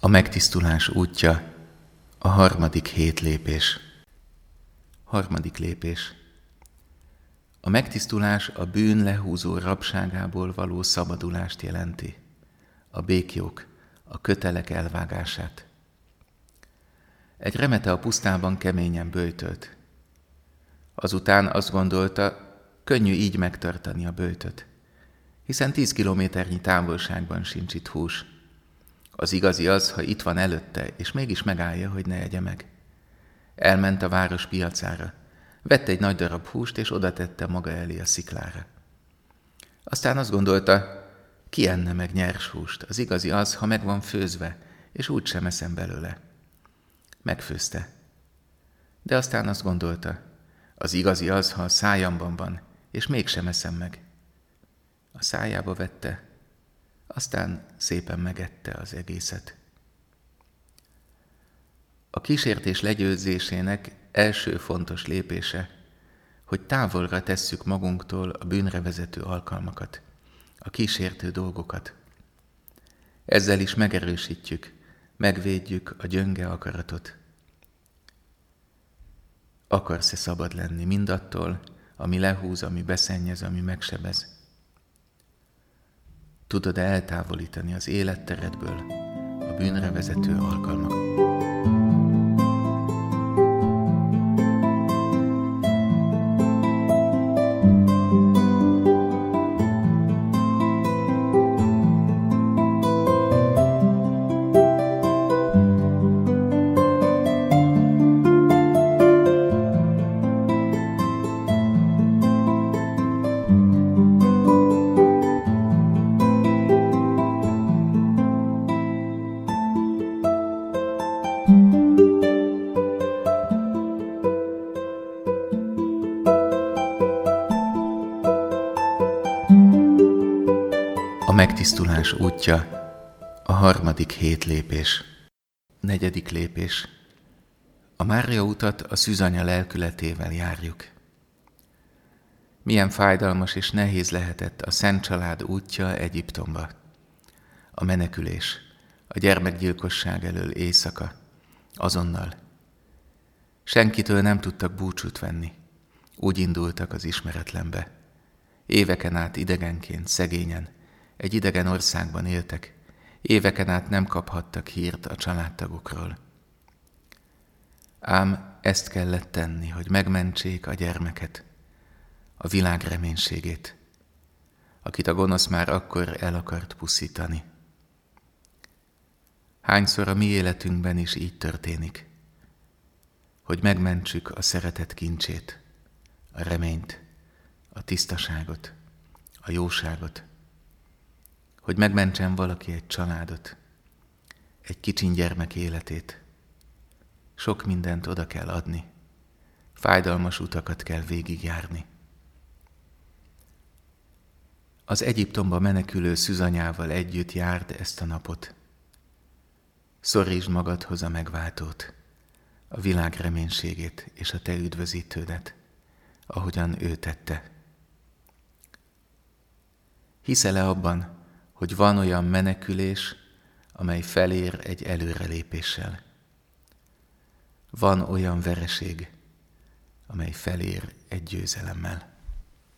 A megtisztulás útja, a harmadik 7 lépés. Harmadik lépés. A megtisztulás a bűn lehúzó rabságából való szabadulást jelenti, a béklyók, a kötelek elvágását. Egy remete a pusztában keményen böjtölt. Azután azt gondolta, könnyű így megtartani a böjtöt, hiszen 10 kilométernyi távolságban sincs itt hús. Az igazi az, ha itt van előtte, és mégis megállja, hogy ne egye meg. Elment a város piacára, vett egy nagy darab húst, és oda tette maga elé a sziklára. Aztán azt gondolta, ki enne meg nyers húst, az igazi az, ha meg van főzve, és úgy sem eszem belőle. Megfőzte. De aztán azt gondolta, az igazi az, ha a szájamban van, és mégsem eszem meg. A szájába vette, aztán szépen megette az egészet. A kísértés legyőzésének első fontos lépése, hogy távolra tesszük magunktól a bűnre vezető alkalmakat, a kísértő dolgokat. Ezzel is megerősítjük, megvédjük a gyönge akaratot. Akarsz-e szabad lenni mindattól, ami lehúz, ami beszennyez, ami megsebez? Tudod-e eltávolítani az életteredből a bűnre vezető alkalmakat? A megtisztulás útja, a harmadik 7 lépés. 4. lépés. A Mária utat a szűzanya lelkületével járjuk. Milyen fájdalmas és nehéz lehetett a Szent Család útja Egyiptomba. A menekülés, a gyermekgyilkosság elől éjszaka, azonnal. Senkitől nem tudtak búcsút venni. Úgy indultak az ismeretlenbe. Éveken át idegenként, szegényen, egy idegen országban éltek, éveken át nem kaphattak hírt a családtagokról. Ám ezt kellett tenni, hogy megmentsék a gyermeket, a világ reménységét, akit a gonosz már akkor el akart pusztítani. Hányszor a mi életünkben is így történik, hogy megmentsük a szeretet kincsét, a reményt, a tisztaságot, a jóságot, hogy megmentsen valaki egy családot, egy kicsin gyermek életét. Sok mindent oda kell adni, fájdalmas utakat kell végigjárni. Az Egyiptomba menekülő szűzanyával együtt járd ezt a napot. Szorítsd magadhoz a megváltót, a világ reménységét és a te üdvözítődet, ahogyan ő tette. Hiszel-e abban, hogy van olyan menekülés, amely felér egy előrelépéssel? Van olyan vereség, amely felér egy győzelemmel?